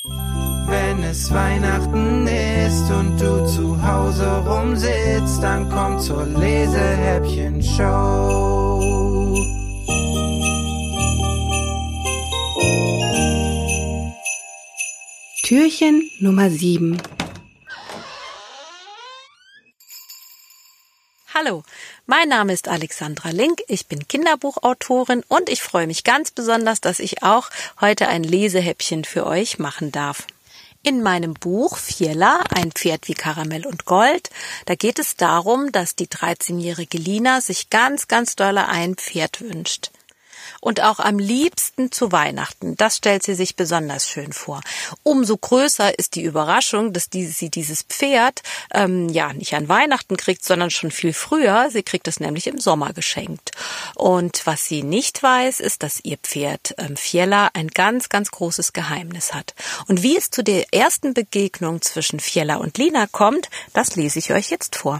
Wenn es Weihnachten ist und du zu Hause rumsitzt, dann komm zur Lesehäppchen-Show. Türchen Nummer 7. Hallo, mein Name ist Alexandra Link, ich bin Kinderbuchautorin und ich freue mich ganz besonders, dass ich auch heute ein Lesehäppchen für euch machen darf. In meinem Buch Fiella, ein Pferd wie Karamell und Gold, da geht es darum, dass die 13-jährige Lina sich ganz, ganz doll ein Pferd wünscht. Und auch am liebsten zu Weihnachten. Das stellt sie sich besonders schön vor. Umso größer ist die Überraschung, dass sie dieses Pferd nicht an Weihnachten kriegt, sondern schon viel früher. Sie kriegt es nämlich im Sommer geschenkt. Und was sie nicht weiß, ist, dass ihr Pferd Fiella ein ganz, ganz großes Geheimnis hat. Und wie es zu der ersten Begegnung zwischen Fiella und Lina kommt, das lese ich euch jetzt vor.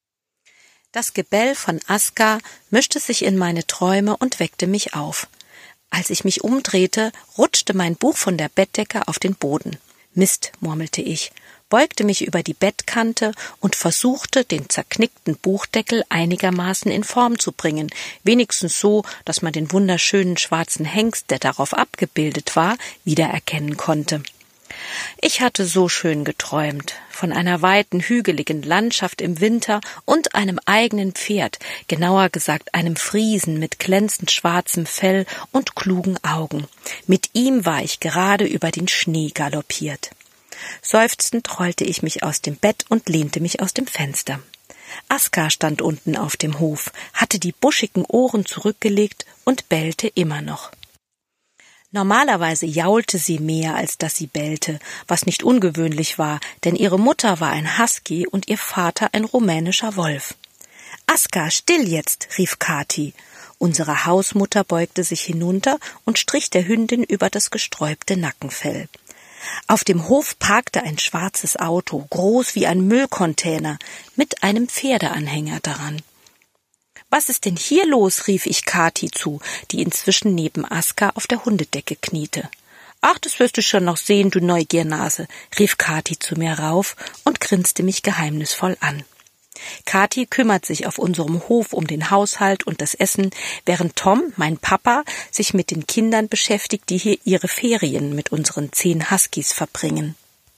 Das Gebell von Aska mischte sich in meine Träume und weckte mich auf. Als ich mich umdrehte, rutschte mein Buch von der Bettdecke auf den Boden. Mist, murmelte ich, beugte mich über die Bettkante und versuchte, den zerknickten Buchdeckel einigermaßen in Form zu bringen, wenigstens so, dass man den wunderschönen schwarzen Hengst, der darauf abgebildet war, wiedererkennen konnte. Ich hatte so schön geträumt, von einer weiten, hügeligen Landschaft im Winter und einem eigenen Pferd, genauer gesagt einem Friesen mit glänzend schwarzem Fell und klugen Augen. Mit ihm war ich gerade über den Schnee galoppiert. Seufzend rollte ich mich aus dem Bett und lehnte mich aus dem Fenster. Aska stand unten auf dem Hof, hatte die buschigen Ohren zurückgelegt und bellte immer noch. Normalerweise jaulte sie mehr, als dass sie bellte, was nicht ungewöhnlich war, denn ihre Mutter war ein Husky und ihr Vater ein rumänischer Wolf. »Aska, still jetzt«, rief Kathi. Unsere Hausmutter beugte sich hinunter und strich der Hündin über das gesträubte Nackenfell. Auf dem Hof parkte ein schwarzes Auto, groß wie ein Müllcontainer, mit einem Pferdeanhänger daran. »Was ist denn hier los?« rief ich Kathi zu, die inzwischen neben Aska auf der Hundedecke kniete. »Ach, das wirst du schon noch sehen, du Neugiernase«, rief Kathi zu mir rauf und grinste mich geheimnisvoll an. Kathi kümmert sich auf unserem Hof um den Haushalt und das Essen, während Tom, mein Papa, sich mit den Kindern beschäftigt, die hier ihre Ferien mit unseren 10 Huskies verbringen.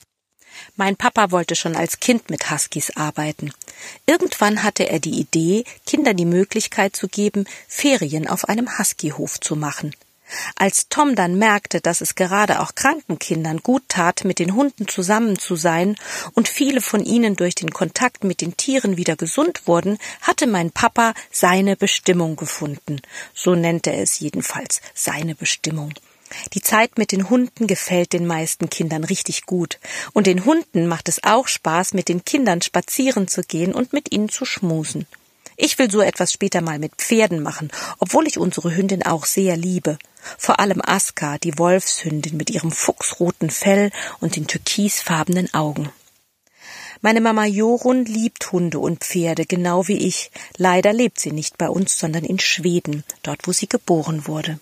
Mein Papa wollte schon als Kind mit Huskies arbeiten. Irgendwann hatte er die Idee, Kindern die Möglichkeit zu geben, Ferien auf einem Huskyhof zu machen. Als Tom dann merkte, dass es gerade auch kranken Kindern gut tat, mit den Hunden zusammen zu sein und viele von ihnen durch den Kontakt mit den Tieren wieder gesund wurden, hatte mein Papa seine Bestimmung gefunden. So nennt er es jedenfalls, seine Bestimmung. Die Zeit mit den Hunden gefällt den meisten Kindern richtig gut. Und den Hunden macht es auch Spaß, mit den Kindern spazieren zu gehen und mit ihnen zu schmusen. Ich will so etwas später mal mit Pferden machen, obwohl ich unsere Hündin auch sehr liebe. Vor allem Aska, die Wolfshündin mit ihrem fuchsroten Fell und den türkisfarbenen Augen. Meine Mama Jorun liebt Hunde und Pferde, genau wie ich. Leider lebt sie nicht bei uns, sondern in Schweden, dort wo sie geboren wurde.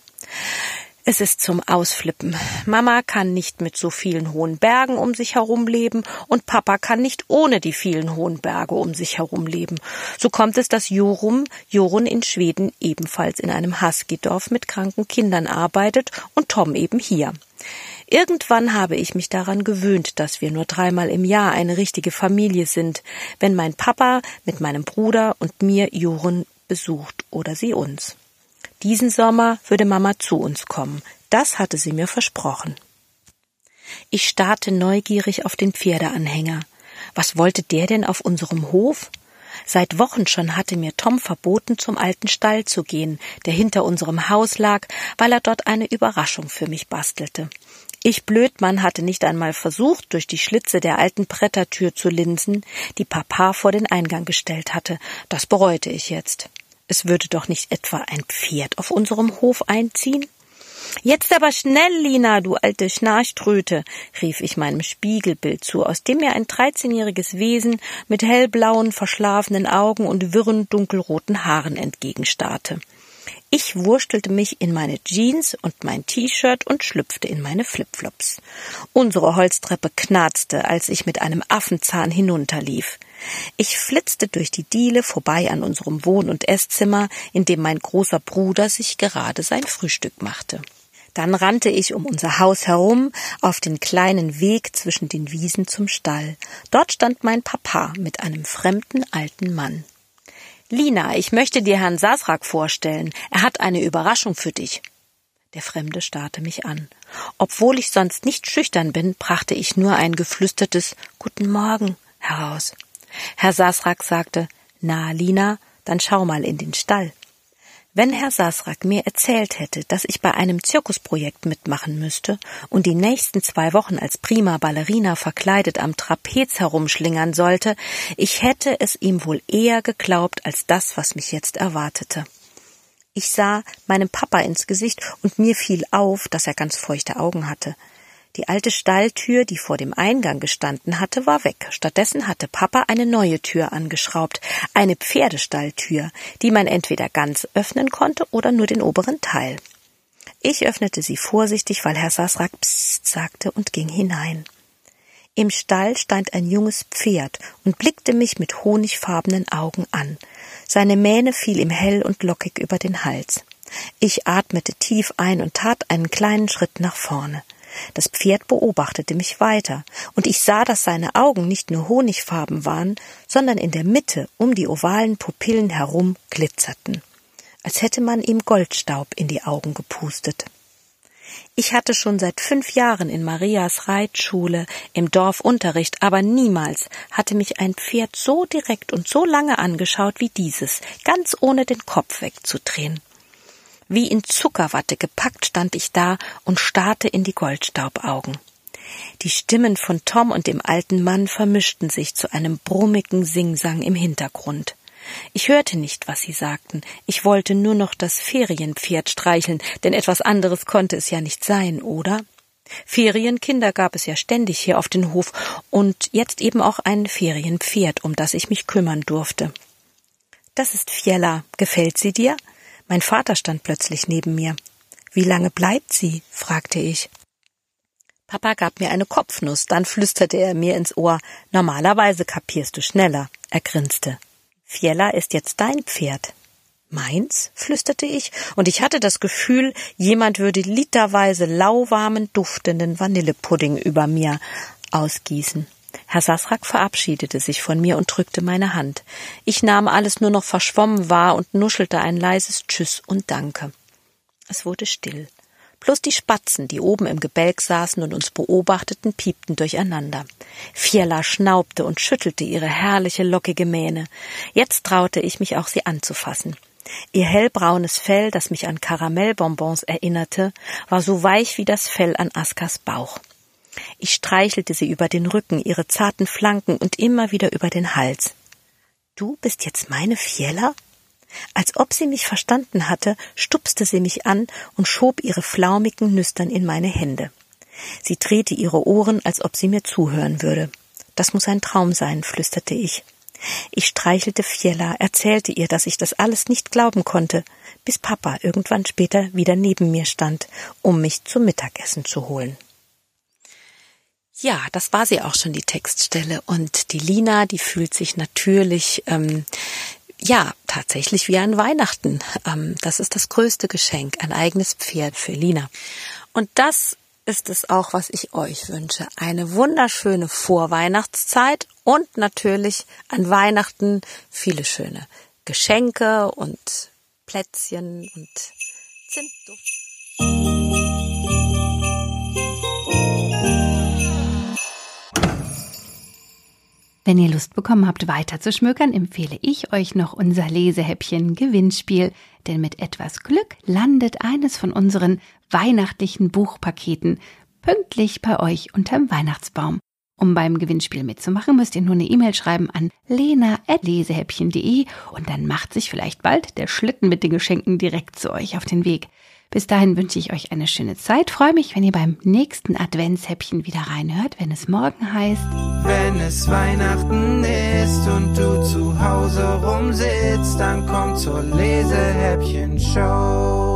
Es ist zum Ausflippen. Mama kann nicht mit so vielen hohen Bergen um sich herum leben und Papa kann nicht ohne die vielen hohen Berge um sich herum leben. So kommt es, dass Jorun in Schweden ebenfalls in einem Husky-Dorf mit kranken Kindern arbeitet und Tom eben hier. Irgendwann habe ich mich daran gewöhnt, dass wir nur 3-mal im Jahr eine richtige Familie sind, wenn mein Papa mit meinem Bruder und mir Jorun besucht oder sie uns. Diesen Sommer würde Mama zu uns kommen. Das hatte sie mir versprochen. Ich starrte neugierig auf den Pferdeanhänger. Was wollte der denn auf unserem Hof? Seit Wochen schon hatte mir Tom verboten, zum alten Stall zu gehen, der hinter unserem Haus lag, weil er dort eine Überraschung für mich bastelte. Ich Blödmann hatte nicht einmal versucht, durch die Schlitze der alten Brettertür zu linsen, die Papa vor den Eingang gestellt hatte. Das bereute ich jetzt. Es würde doch nicht etwa ein Pferd auf unserem Hof einziehen? »Jetzt aber schnell, Lina, du alte Schnarchtröte«, rief ich meinem Spiegelbild zu, aus dem mir ein 13-jähriges Wesen mit hellblauen, verschlafenen Augen und wirren, dunkelroten Haaren entgegenstarrte. Ich wurstelte mich in meine Jeans und mein T-Shirt und schlüpfte in meine Flipflops. Unsere Holztreppe knarzte, als ich mit einem Affenzahn hinunterlief. Ich flitzte durch die Diele vorbei an unserem Wohn- und Esszimmer, in dem mein großer Bruder sich gerade sein Frühstück machte. Dann rannte ich um unser Haus herum auf den kleinen Weg zwischen den Wiesen zum Stall. Dort stand mein Papa mit einem fremden alten Mann. »Lina, ich möchte dir Herrn Sasrak vorstellen. Er hat eine Überraschung für dich.« Der Fremde starrte mich an. Obwohl ich sonst nicht schüchtern bin, brachte ich nur ein geflüstertes »Guten Morgen« heraus. Herr Sasrak sagte, »Na, Lina, dann schau mal in den Stall.« Wenn Herr Sasrak mir erzählt hätte, dass ich bei einem Zirkusprojekt mitmachen müsste und die nächsten 2 Wochen als prima Ballerina verkleidet am Trapez herumschlingern sollte, ich hätte es ihm wohl eher geglaubt als das, was mich jetzt erwartete. Ich sah meinem Papa ins Gesicht und mir fiel auf, dass er ganz feuchte Augen hatte. Die alte Stalltür, die vor dem Eingang gestanden hatte, war weg. Stattdessen hatte Papa eine neue Tür angeschraubt, eine Pferdestalltür, die man entweder ganz öffnen konnte oder nur den oberen Teil. Ich öffnete sie vorsichtig, weil Herr Sasrak Psst sagte und ging hinein. Im Stall stand ein junges Pferd und blickte mich mit honigfarbenen Augen an. Seine Mähne fiel ihm hell und lockig über den Hals. Ich atmete tief ein und tat einen kleinen Schritt nach vorne. Das Pferd beobachtete mich weiter, und ich sah, dass seine Augen nicht nur honigfarben waren, sondern in der Mitte um die ovalen Pupillen herum glitzerten, als hätte man ihm Goldstaub in die Augen gepustet. Ich hatte schon seit 5 Jahren in Marias Reitschule im Dorf Unterricht, aber niemals hatte mich ein Pferd so direkt und so lange angeschaut wie dieses, ganz ohne den Kopf wegzudrehen. Wie in Zuckerwatte gepackt stand ich da und starrte in die Goldstaubaugen. Die Stimmen von Tom und dem alten Mann vermischten sich zu einem brummigen Singsang im Hintergrund. Ich hörte nicht, was sie sagten. Ich wollte nur noch das Ferienpferd streicheln, denn etwas anderes konnte es ja nicht sein, oder? Ferienkinder gab es ja ständig hier auf dem Hof und jetzt eben auch ein Ferienpferd, um das ich mich kümmern durfte. »Das ist Fiella. Gefällt sie dir?« Mein Vater stand plötzlich neben mir. »Wie lange bleibt sie?« fragte ich. Papa gab mir eine Kopfnuss, dann flüsterte er mir ins Ohr, »Normalerweise kapierst du schneller.« Er grinste. »Fiella ist jetzt dein Pferd.« »Meins?« flüsterte ich, und ich hatte das Gefühl, jemand würde literweise lauwarmen, duftenden Vanillepudding über mir ausgießen. Herr Sasrak verabschiedete sich von mir und drückte meine Hand. Ich nahm alles nur noch verschwommen wahr und nuschelte ein leises Tschüss und Danke. Es wurde still. Bloß die Spatzen, die oben im Gebälk saßen und uns beobachteten, piepten durcheinander. Fiella schnaubte und schüttelte ihre herrliche, lockige Mähne. Jetzt traute ich mich auch, sie anzufassen. Ihr hellbraunes Fell, das mich an Karamellbonbons erinnerte, war so weich wie das Fell an Askas Bauch. Ich streichelte sie über den Rücken, ihre zarten Flanken und immer wieder über den Hals. »Du bist jetzt meine Fiella?« Als ob sie mich verstanden hatte, stupste sie mich an und schob ihre flaumigen Nüstern in meine Hände. Sie drehte ihre Ohren, als ob sie mir zuhören würde. »Das muss ein Traum sein«, flüsterte ich. Ich streichelte Fiella, erzählte ihr, dass ich das alles nicht glauben konnte, bis Papa irgendwann später wieder neben mir stand, um mich zum Mittagessen zu holen. Ja, das war sie auch schon, die Textstelle. Und die Lina, die fühlt sich natürlich, tatsächlich wie an Weihnachten. Das ist das größte Geschenk, ein eigenes Pferd für Lina. Und das ist es auch, was ich euch wünsche. Eine wunderschöne Vorweihnachtszeit und natürlich an Weihnachten viele schöne Geschenke und Plätzchen und Zimtduft. Wenn ihr Lust bekommen habt, weiter zu schmökern, empfehle ich euch noch unser Lesehäppchen-Gewinnspiel. Denn mit etwas Glück landet eines von unseren weihnachtlichen Buchpaketen pünktlich bei euch unterm Weihnachtsbaum. Um beim Gewinnspiel mitzumachen, müsst ihr nur eine E-Mail schreiben an lena@lesehäppchen.de und dann macht sich vielleicht bald der Schlitten mit den Geschenken direkt zu euch auf den Weg. Bis dahin wünsche ich euch eine schöne Zeit. Freue mich, wenn ihr beim nächsten Adventshäppchen wieder reinhört, wenn es morgen heißt: Wenn es Weihnachten ist und du zu Hause rumsitzt, dann komm zur Lesehäppchen-Show.